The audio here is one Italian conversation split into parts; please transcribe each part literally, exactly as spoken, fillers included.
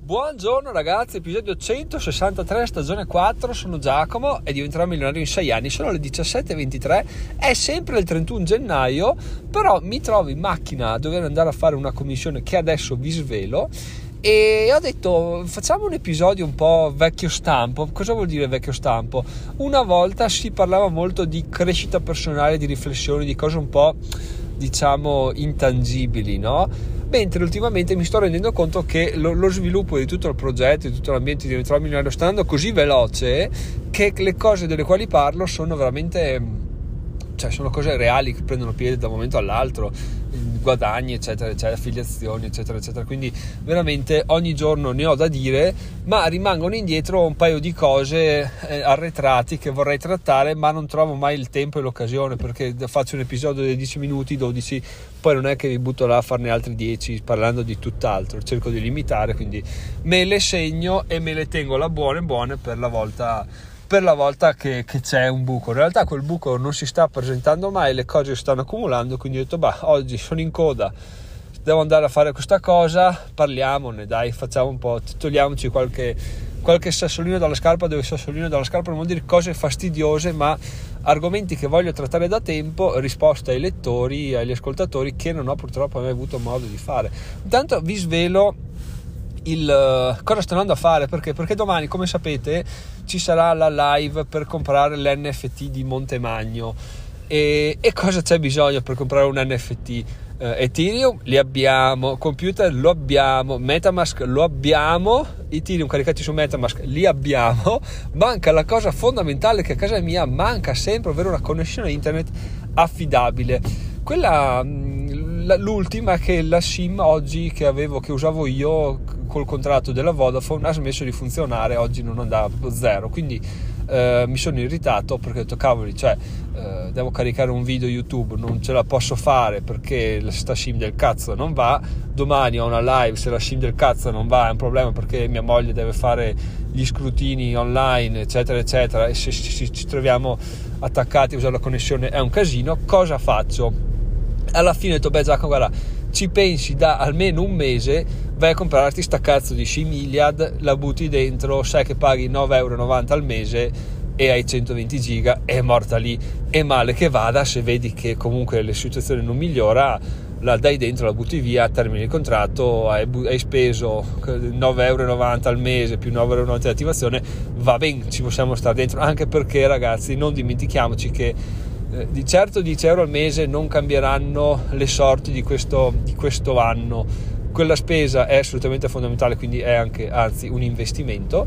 Buongiorno ragazzi, episodio centosessantatré, stagione quattro, sono Giacomo e diventerò milionario in sei anni. Sono le diciassette e ventitré, è sempre il trentuno gennaio, però mi trovo in macchina a dover andare a fare una commissione che adesso vi svelo e ho detto facciamo un episodio un po' vecchio stampo. Cosa vuol dire vecchio stampo? Una volta si parlava molto di crescita personale, di riflessioni, di cose un po' diciamo intangibili, no? Mentre ultimamente mi sto rendendo conto che lo, lo sviluppo di tutto il progetto, di tutto l'ambiente di diventerò milionario sta andando così veloce che le cose delle quali parlo sono veramente, cioè sono cose reali che prendono piede da un momento all'altro, guadagni eccetera eccetera, affiliazioni eccetera eccetera, quindi veramente ogni giorno ne ho da dire, ma rimangono indietro un paio di cose eh, arretrati che vorrei trattare, ma non trovo mai il tempo e l'occasione, perché faccio un episodio di dieci minuti, dodici, poi non è che mi butto là a farne altri dieci parlando di tutt'altro, cerco di limitare, quindi me le segno e me le tengo la buone buone per la volta per la volta che, che c'è un buco. In realtà quel buco non si sta presentando mai, le cose si stanno accumulando, quindi ho detto bah, oggi sono in coda, devo andare a fare questa cosa, parliamone, dai, facciamo un po', togliamoci qualche, qualche sassolino dalla scarpa, dove sassolino dalla scarpa non vuol dire cose fastidiose, ma argomenti che voglio trattare da tempo, risposte ai lettori, agli ascoltatori, che non ho purtroppo mai avuto modo di fare. Intanto vi svelo il uh, cosa sto andando a fare, perché perché domani, come sapete, ci sarà la live per comprare l'N F T di Montemagno. E, e cosa c'è bisogno per comprare un N F T? Uh, Ethereum li abbiamo, computer lo abbiamo, Metamask lo abbiamo, Ethereum caricati su Metamask li abbiamo, manca la cosa fondamentale che a casa mia manca sempre, ovvero una connessione internet affidabile. Quella l'ultima è che la SIM oggi che avevo, che usavo io col contratto della Vodafone, ha smesso di funzionare, oggi non andava, proprio zero, quindi eh, mi sono irritato perché ho detto cavoli, cioè eh, devo caricare un video YouTube, non ce la posso fare perché sta SIM del cazzo non va, domani ho una live, se la SIM del cazzo non va è un problema perché mia moglie deve fare gli scrutini online eccetera eccetera, e se, se, se ci troviamo attaccati a usare la connessione è un casino. Cosa faccio? Alla fine ho detto beh Giacomo, guarda, ci pensi da almeno un mese, vai a comprarti sta cazzo di SIM Iliad, la butti dentro, sai che paghi nove virgola novanta euro al mese e hai centoventi giga, è morta lì, e male che vada, se vedi che comunque la situazione non migliora, la dai dentro, la butti via, termini il contratto, hai, hai speso nove virgola novanta euro al mese più nove virgola novanta euro di attivazione, va bene, ci possiamo stare dentro, anche perché ragazzi non dimentichiamoci che Eh, di certo dieci euro al mese non cambieranno le sorti di questo, di questo anno. Quella spesa è assolutamente fondamentale, quindi è anche, anzi, un investimento,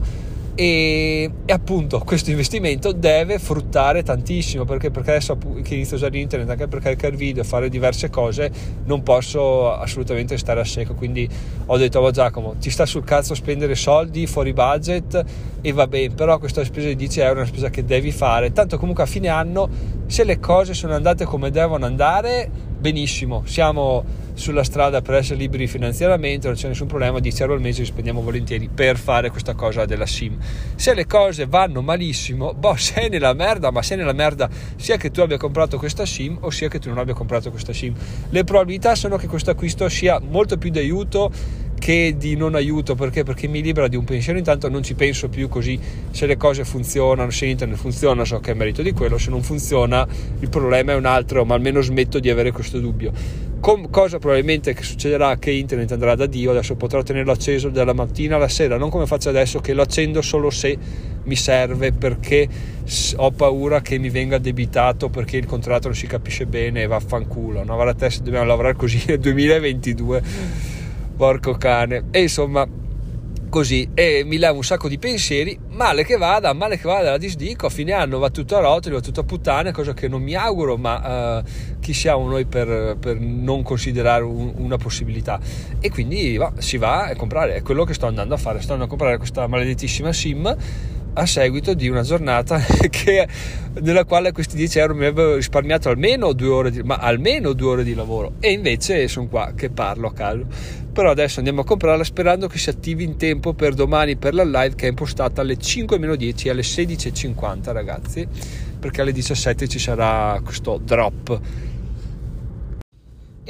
e, e appunto questo investimento deve fruttare tantissimo, perché, perché adesso che inizio a usare internet anche per caricare video, fare diverse cose, non posso assolutamente stare a secco, quindi ho detto oh Giacomo, ti sta sul cazzo spendere soldi fuori budget e va bene, però questa spesa di dieci euro è una spesa che devi fare, tanto comunque a fine anno, se le cose sono andate come devono andare, benissimo, siamo sulla strada per essere liberi finanziariamente, non c'è nessun problema, dieci euro al mese li spendiamo volentieri per fare questa cosa della SIM. Se le cose vanno malissimo, boh, sei nella merda, ma sei nella merda sia che tu abbia comprato questa SIM o sia che tu non abbia comprato questa SIM. Le probabilità sono che questo acquisto sia molto più di aiuto che di non aiuto, perché perché mi libera di un pensiero, intanto non ci penso più, così se le cose funzionano, se internet funziona so che è merito di quello, se non funziona il problema è un altro, ma almeno smetto di avere questo dubbio. Com- cosa probabilmente che succederà, che internet andrà da Dio, adesso potrò tenerlo acceso dalla mattina alla sera, non come faccio adesso che lo accendo solo se mi serve, perché ho paura che mi venga addebitato perché il contratto non si capisce bene e vaffanculo, no? Guarda te, se dobbiamo lavorare così nel duemilaventidue, porco cane. E insomma così, e mi leva un sacco di pensieri, male che vada, male che vada la disdico, a fine anno va tutto a rotoli, va tutto a puttane, cosa che non mi auguro, ma uh, chi siamo noi per, per non considerare un, una possibilità, e quindi va, si va a comprare, è quello che sto andando a fare, sto andando a comprare questa maledettissima SIM a seguito di una giornata che, nella quale questi dieci euro mi avrebbero risparmiato almeno due ore di, ma almeno due ore di lavoro, e invece sono qua che parlo a caso. Però adesso andiamo a comprarla sperando che si attivi in tempo per domani, per la live che è impostata alle cinque meno dieci, alle sedici e cinquanta ragazzi, perché alle diciassette ci sarà questo drop.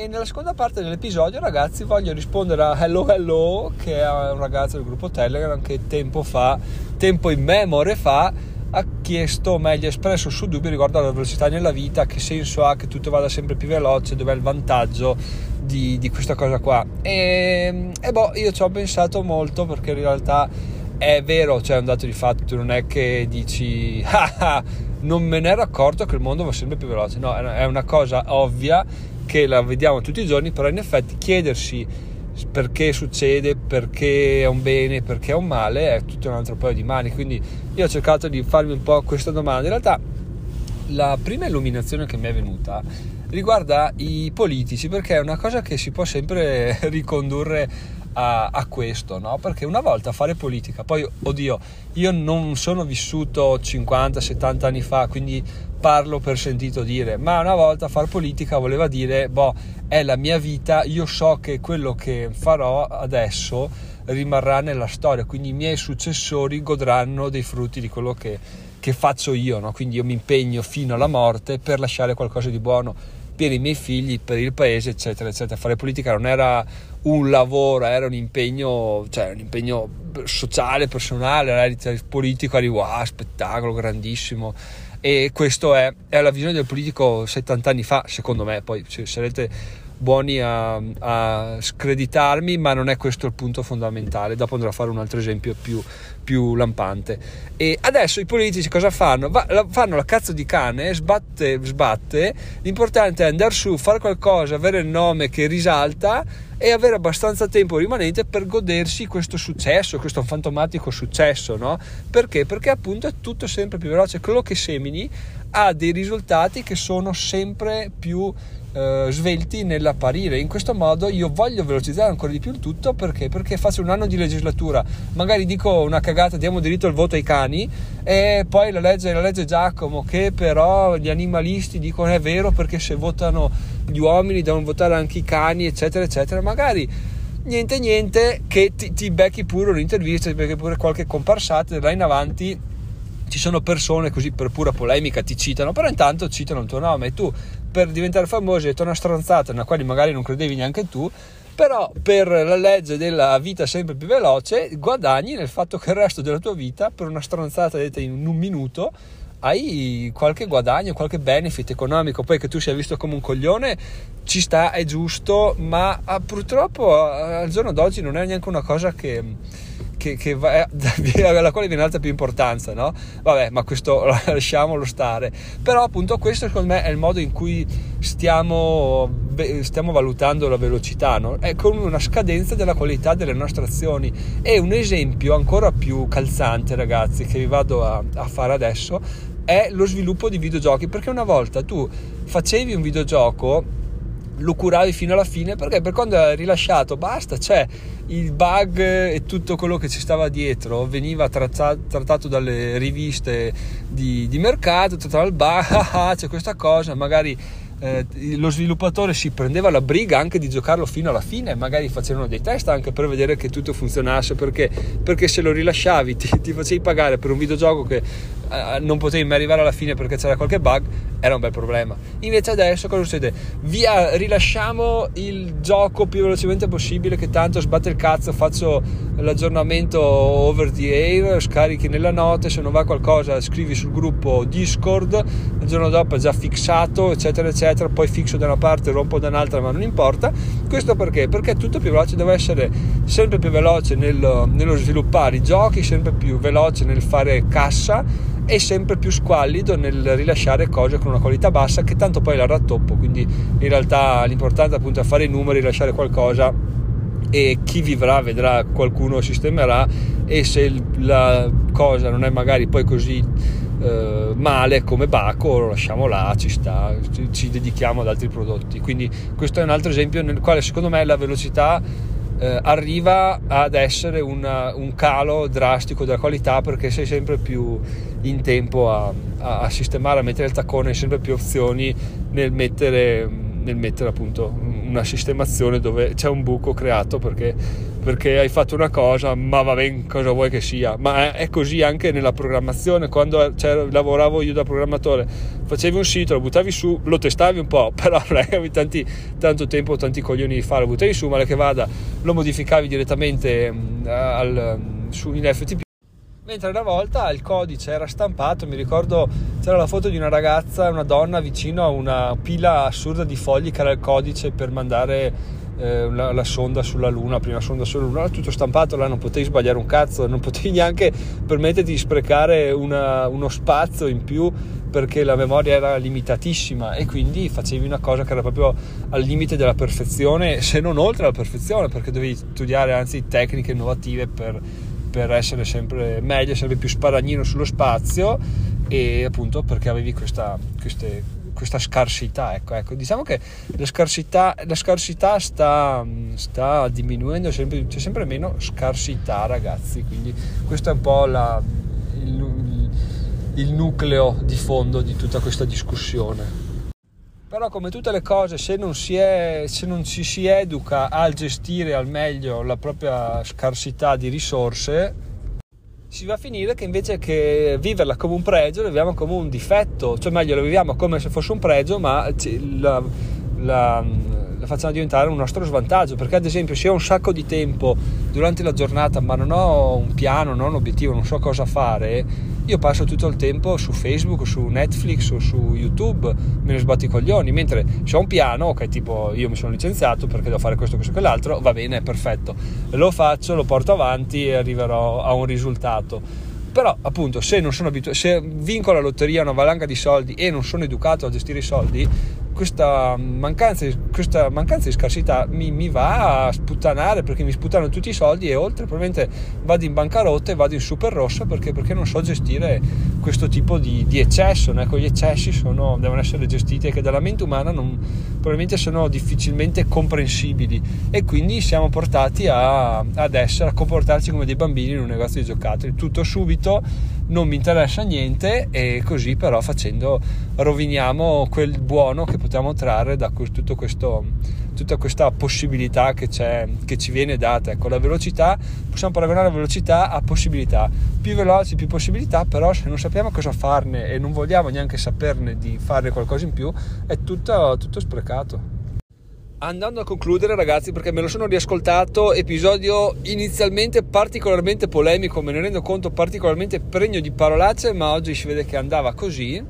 E nella seconda parte dell'episodio, ragazzi, voglio rispondere a Hello Hello, che è un ragazzo del gruppo Telegram che tempo fa, tempo in memoria fa, ha chiesto, meglio espresso il suo dubbio riguardo alla velocità nella vita, che senso ha che tutto vada sempre più veloce, dov'è il vantaggio di, di questa cosa qua. E, e boh, io ci ho pensato molto, perché in realtà è vero, c'è un dato di fatto, non è che dici ah, ah, non me ne ero accorto che il mondo va sempre più veloce, no, è una cosa ovvia che la vediamo tutti i giorni, però in effetti chiedersi perché succede, perché è un bene, perché è un male, è tutto un altro paio di mani. Quindi io ho cercato di farmi un po' questa domanda. In realtà la prima illuminazione che mi è venuta riguarda i politici, perché è una cosa che si può sempre ricondurre a, a questo, no? Perché una volta fare politica, poi oddio, io non sono vissuto cinquanta settanta anni fa, quindi parlo per sentito dire, ma una volta far politica voleva dire, boh, è la mia vita, io so che quello che farò adesso rimarrà nella storia, quindi i miei successori godranno dei frutti di quello che, che faccio io, no? Quindi io mi impegno fino alla morte per lasciare qualcosa di buono per i miei figli, per il paese, eccetera, eccetera. Fare politica non era un lavoro, era un impegno, cioè un impegno sociale, personale, era il politico, arrivo, wow, spettacolo grandissimo. E questo è, è la visione del politico settanta anni fa, secondo me. Poi cioè, sarete buoni a, a screditarmi, ma non è questo il punto fondamentale. Dopo andrò a fare un altro esempio più, più lampante. E adesso i politici cosa fanno? Va, la, fanno la cazzo di cane, sbatte, sbatte. L'importante è andare su, fare qualcosa, avere il nome che risalta e avere abbastanza tempo rimanente per godersi questo successo, questo fantomatico successo, no? Perché? Perché appunto è tutto sempre più veloce. Quello che semini ha dei risultati che sono sempre più eh, svelti nell'apparire. In questo modo io voglio velocizzare ancora di più il tutto, perché? Perché faccio un anno di legislatura, magari dico una cagata, diamo diritto al voto ai cani, e poi la legge, la legge Giacomo, che però gli animalisti dicono è vero, perché se votano gli uomini devono votare anche i cani, eccetera eccetera. Magari niente niente che ti, ti becchi pure un'intervista, perché pure qualche comparsata, da là in avanti ci sono persone così per pura polemica ti citano, però intanto citano il tuo nome e tu per diventare famoso hai detto una stronzata nella quale magari non credevi neanche tu, però per la legge della vita sempre più veloce guadagni nel fatto che il resto della tua vita, per una stronzata detta in un minuto, hai qualche guadagno, qualche benefit economico. Poi che tu sia visto come un coglione ci sta, è giusto, ma ah, purtroppo al giorno d'oggi non è neanche una cosa che, che, che va, alla quale viene alta più importanza, no? Vabbè, ma questo lasciamolo stare. Però appunto questo secondo me è il modo in cui stiamo, stiamo valutando la velocità, no? È con una scadenza della qualità delle nostre azioni. E un esempio ancora più calzante, ragazzi, che vi vado a, a fare adesso, è lo sviluppo di videogiochi. Perché una volta tu facevi un videogioco, lo curavi fino alla fine, perché per quando è rilasciato basta, c'è il bug e tutto quello che ci stava dietro veniva trattato, trattato dalle riviste di, di mercato, trattava il bug, ah, c'è questa cosa, magari eh, lo sviluppatore si prendeva la briga anche di giocarlo fino alla fine, magari facevano dei test anche per vedere che tutto funzionasse, perché, perché se lo rilasciavi ti, ti facevi pagare per un videogioco che eh, non potevi mai arrivare alla fine perché c'era qualche bug, era un bel problema. Invece adesso cosa succede? Via, rilasciamo il gioco più velocemente possibile, che tanto sbatte il cazzo, faccio l'aggiornamento over the air, scarichi nella notte, se non va qualcosa scrivi sul gruppo Discord, il giorno dopo è già fissato, eccetera eccetera, poi fixo da una parte, rompo da un'altra, ma non importa. Questo perché? Perché è tutto più veloce, deve essere sempre più veloce nel, nello sviluppare i giochi, sempre più veloce nel fare cassa e sempre più squallido nel rilasciare cose con una qualità bassa, che tanto poi la rattoppo. Quindi in realtà l'importante appunto è fare i numeri, rilasciare qualcosa, e chi vivrà vedrà, qualcuno sistemerà, e se la cosa non è magari poi così eh, male come Baco, lo lasciamo là, ci sta, ci, ci dedichiamo ad altri prodotti. Quindi questo è un altro esempio nel quale secondo me la velocità eh, arriva ad essere una, un calo drastico della qualità, perché sei sempre più in tempo a, a, a sistemare, a mettere il taccone, sempre più opzioni nel mettere, nel mettere appunto una sistemazione dove c'è un buco creato, perché perché hai fatto una cosa, ma va bene, cosa vuoi che sia. Ma è così anche nella programmazione. Quando cioè, lavoravo io da programmatore, facevi un sito, lo buttavi su, lo testavi un po', però non avevi tanti, tanto tempo, tanti coglioni di fare, lo buttavi su, male che vada, lo modificavi direttamente mh, al, su, in F T P. Mentre una volta il codice era stampato, mi ricordo c'era la foto di una ragazza, una donna vicino a una pila assurda di fogli che era il codice per mandare eh, la, la sonda sulla Luna, la prima sonda sulla Luna, era tutto stampato, là non potevi sbagliare un cazzo, non potevi neanche permetterti di sprecare una, uno spazio in più perché la memoria era limitatissima, e quindi facevi una cosa che era proprio al limite della perfezione, se non oltre la perfezione, perché dovevi studiare anzi tecniche innovative per per essere sempre meglio, sempre più sparagnino sullo spazio, e appunto perché avevi questa, queste, questa scarsità. Ecco, ecco, diciamo che la scarsità, la scarsità sta, sta diminuendo, sempre, c'è sempre meno scarsità, ragazzi, quindi questo è un po' la, il, il nucleo di fondo di tutta questa discussione. Però come tutte le cose, se non si è, se non ci si educa a gestire al meglio la propria scarsità di risorse, si va a finire che invece che viverla come un pregio, la viviamo come un difetto, cioè meglio la viviamo come se fosse un pregio, ma la, la, la facciamo diventare un nostro svantaggio, perché ad esempio se ho un sacco di tempo durante la giornata ma non ho un piano, non ho un obiettivo, non so cosa fare, io passo tutto il tempo su Facebook, su Netflix o su YouTube, me ne sbatto i coglioni, mentre se ho un piano, ok, tipo io mi sono licenziato perché devo fare questo, questo e quell'altro, va bene, perfetto, lo faccio, lo porto avanti e arriverò a un risultato. Però appunto se non sono abituato, se vinco la lotteria, una valanga di soldi, e non sono educato a gestire i soldi, questa mancanza, questa mancanza di scarsità mi, mi va a sputtanare, perché mi sputtano tutti i soldi, e oltre probabilmente vado in bancarotta e vado in super rossa perché, perché non so gestire questo tipo di, di eccesso, né? Ecco, gli eccessi sono, devono essere gestiti, e che dalla mente umana non, probabilmente sono difficilmente comprensibili, e quindi siamo portati a, ad essere, a comportarci come dei bambini in un negozio di giocattoli, tutto subito, non mi interessa niente, e così però facendo roviniamo quel buono che possiamo trarre da tutto questo, tutta questa possibilità che c'è, che ci viene data. Ecco, la velocità, possiamo paragonare la velocità a possibilità, più veloci, più possibilità, però se non sappiamo cosa farne e non vogliamo neanche saperne di fare qualcosa in più, è tutto, tutto sprecato. Andando a concludere, ragazzi, perché me lo sono riascoltato, episodio inizialmente particolarmente polemico, me ne rendo conto, particolarmente pregno di parolacce, ma oggi si vede che andava così.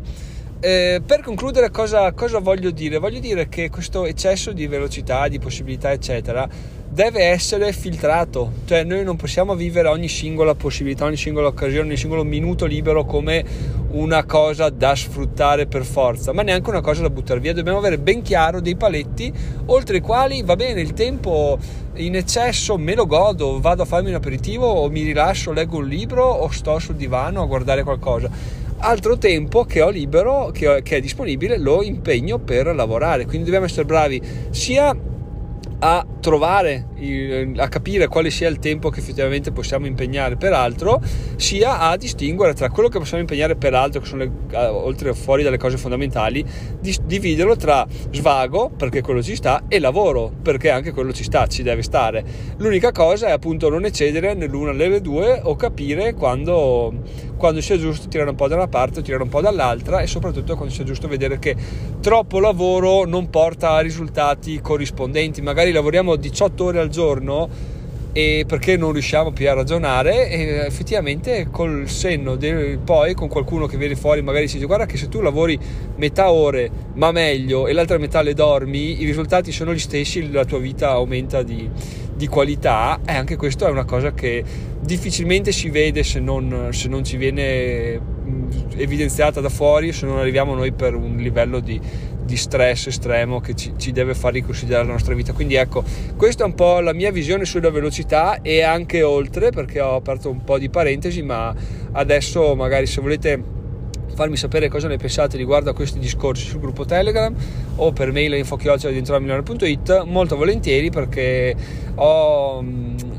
Eh, per concludere, cosa, cosa voglio dire? Voglio dire che questo eccesso di velocità, di possibilità, eccetera, deve essere filtrato. Cioè noi non possiamo vivere ogni singola possibilità, ogni singola occasione, ogni singolo minuto libero come una cosa da sfruttare per forza, ma neanche una cosa da buttare via. Dobbiamo avere ben chiaro dei paletti oltre i quali va bene, il tempo in eccesso me lo godo, vado a farmi un aperitivo o mi rilascio, leggo un libro o sto sul divano a guardare qualcosa. Altro tempo che ho libero, che, ho, che è disponibile, lo impegno per lavorare. Quindi dobbiamo essere bravi sia a trovare, a capire quale sia il tempo che effettivamente possiamo impegnare per altro, sia a distinguere tra quello che possiamo impegnare per altro, che sono le, oltre fuori dalle cose fondamentali, di, dividerlo tra svago, perché quello ci sta, e lavoro, perché anche quello ci sta, ci deve stare. L'unica cosa è appunto non eccedere nell'una nelle due, o capire quando, quando sia giusto tirare un po' da una parte o tirare un po' dall'altra, e soprattutto quando sia giusto vedere che troppo lavoro non porta a risultati corrispondenti. Magari lavoriamo diciotto ore al giorno e perché non riusciamo più a ragionare, e effettivamente col senno del poi, con qualcuno che viene fuori magari si dice: guarda che se tu lavori metà ore ma meglio e l'altra metà le dormi, i risultati sono gli stessi, la tua vita aumenta di, di qualità. E anche questo è una cosa che difficilmente si vede se non, se non ci viene evidenziata da fuori, se non arriviamo noi per un livello di, di stress estremo che ci, ci deve far riconsiderare la nostra vita. Quindi ecco, questa è un po' la mia visione sulla velocità, e anche oltre, perché ho aperto un po' di parentesi, ma adesso magari se volete farmi sapere cosa ne pensate riguardo a questi discorsi sul gruppo Telegram o per mail a info chiocciola diventerò milionario punto it, molto volentieri, perché ho,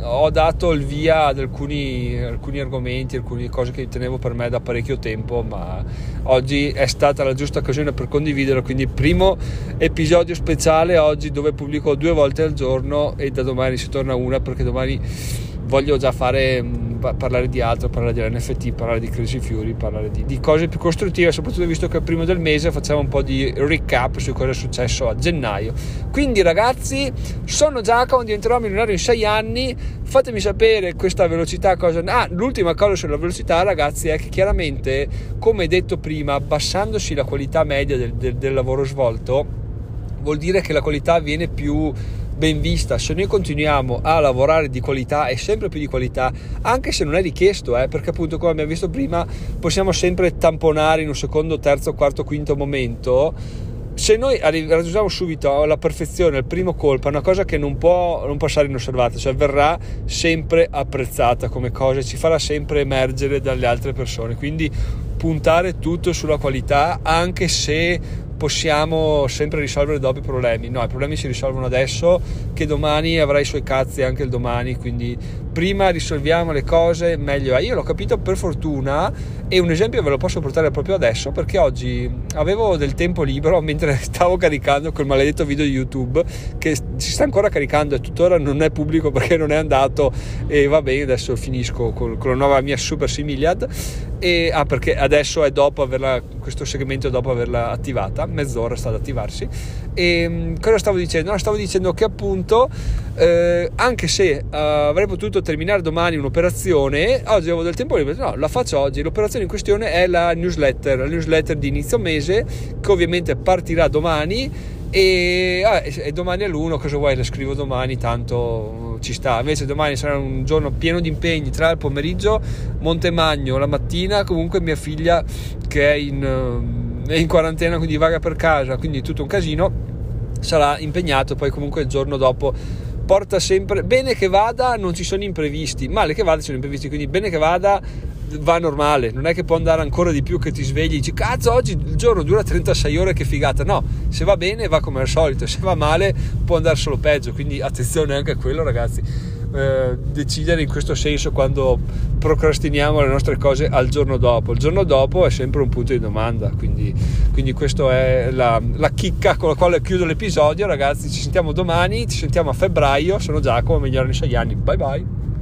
ho dato il via ad alcuni, alcuni argomenti, alcune cose che tenevo per me da parecchio tempo, ma oggi è stata la giusta occasione per condividerlo, quindi primo episodio speciale oggi, dove pubblico due volte al giorno, e da domani si torna una, perché domani voglio già fare, parlare di altro, parlare dell'N F T, parlare di Crazy Fury, parlare di, di cose più costruttive, soprattutto visto che è il primo del mese facciamo un po' di recap su cosa è successo a gennaio. Quindi ragazzi, sono Giacomo, diventerò milionario in sei anni, fatemi sapere questa velocità cosa... Ah, l'ultima cosa sulla velocità ragazzi è che chiaramente, come detto prima, abbassandosi la qualità media del, del, del lavoro svolto, vuol dire che la qualità viene più ben vista. Se noi continuiamo a lavorare di qualità e sempre più di qualità, anche se non è richiesto, eh, perché appunto, come abbiamo visto prima, possiamo sempre tamponare in un secondo, terzo, quarto, quinto momento. Se noi raggiungiamo subito la perfezione, il primo colpo, è una cosa che non può non passare inosservata, cioè verrà sempre apprezzata come cosa, ci farà sempre emergere dalle altre persone. Quindi puntare tutto sulla qualità, anche se possiamo sempre risolvere dopo i problemi. No, i problemi si risolvono adesso, che domani avrà i suoi cazzi anche il domani, quindi prima risolviamo le cose meglio è. Io l'ho capito per fortuna, e un esempio ve lo posso portare proprio adesso, perché oggi avevo del tempo libero mentre stavo caricando quel maledetto video di YouTube, che si sta ancora caricando e tuttora non è pubblico perché non è andato, e va bene, adesso finisco con, con la nuova mia Super Similiad, e ah, perché adesso è dopo averla, questo segmento è dopo averla attivata, mezz'ora sta ad attivarsi. E cosa stavo dicendo? No, stavo dicendo che appunto eh, anche se uh, avrei potuto terminare domani un'operazione, oggi avevo del tempo libero, no, la faccio oggi. L'operazione in questione è la newsletter, la newsletter di inizio mese, che ovviamente partirà domani, e, ah, e domani è l'uno, cosa vuoi, la scrivo domani, tanto ci sta. Invece domani sarà un giorno pieno di impegni, tra il pomeriggio Montemagno, la mattina comunque mia figlia che è in, è in quarantena, quindi vaga per casa, quindi tutto un casino, sarà impegnato. Poi comunque il giorno dopo porta sempre, bene che vada, non ci sono imprevisti, male che vada ci sono imprevisti, quindi bene che vada va normale, non è che può andare ancora di più, che ti svegli e dici cazzo oggi il giorno dura trentasei ore, che figata. No, se va bene va come al solito, se va male può andare solo peggio, quindi attenzione anche a quello ragazzi. Eh, decidere in questo senso quando procrastiniamo le nostre cose al giorno dopo. Il giorno dopo è sempre un punto di domanda, quindi, quindi questa è la, la chicca con la quale chiudo l'episodio ragazzi. Ci sentiamo domani, ci sentiamo a febbraio. Sono Giacomo, migliorare in sei anni, bye bye.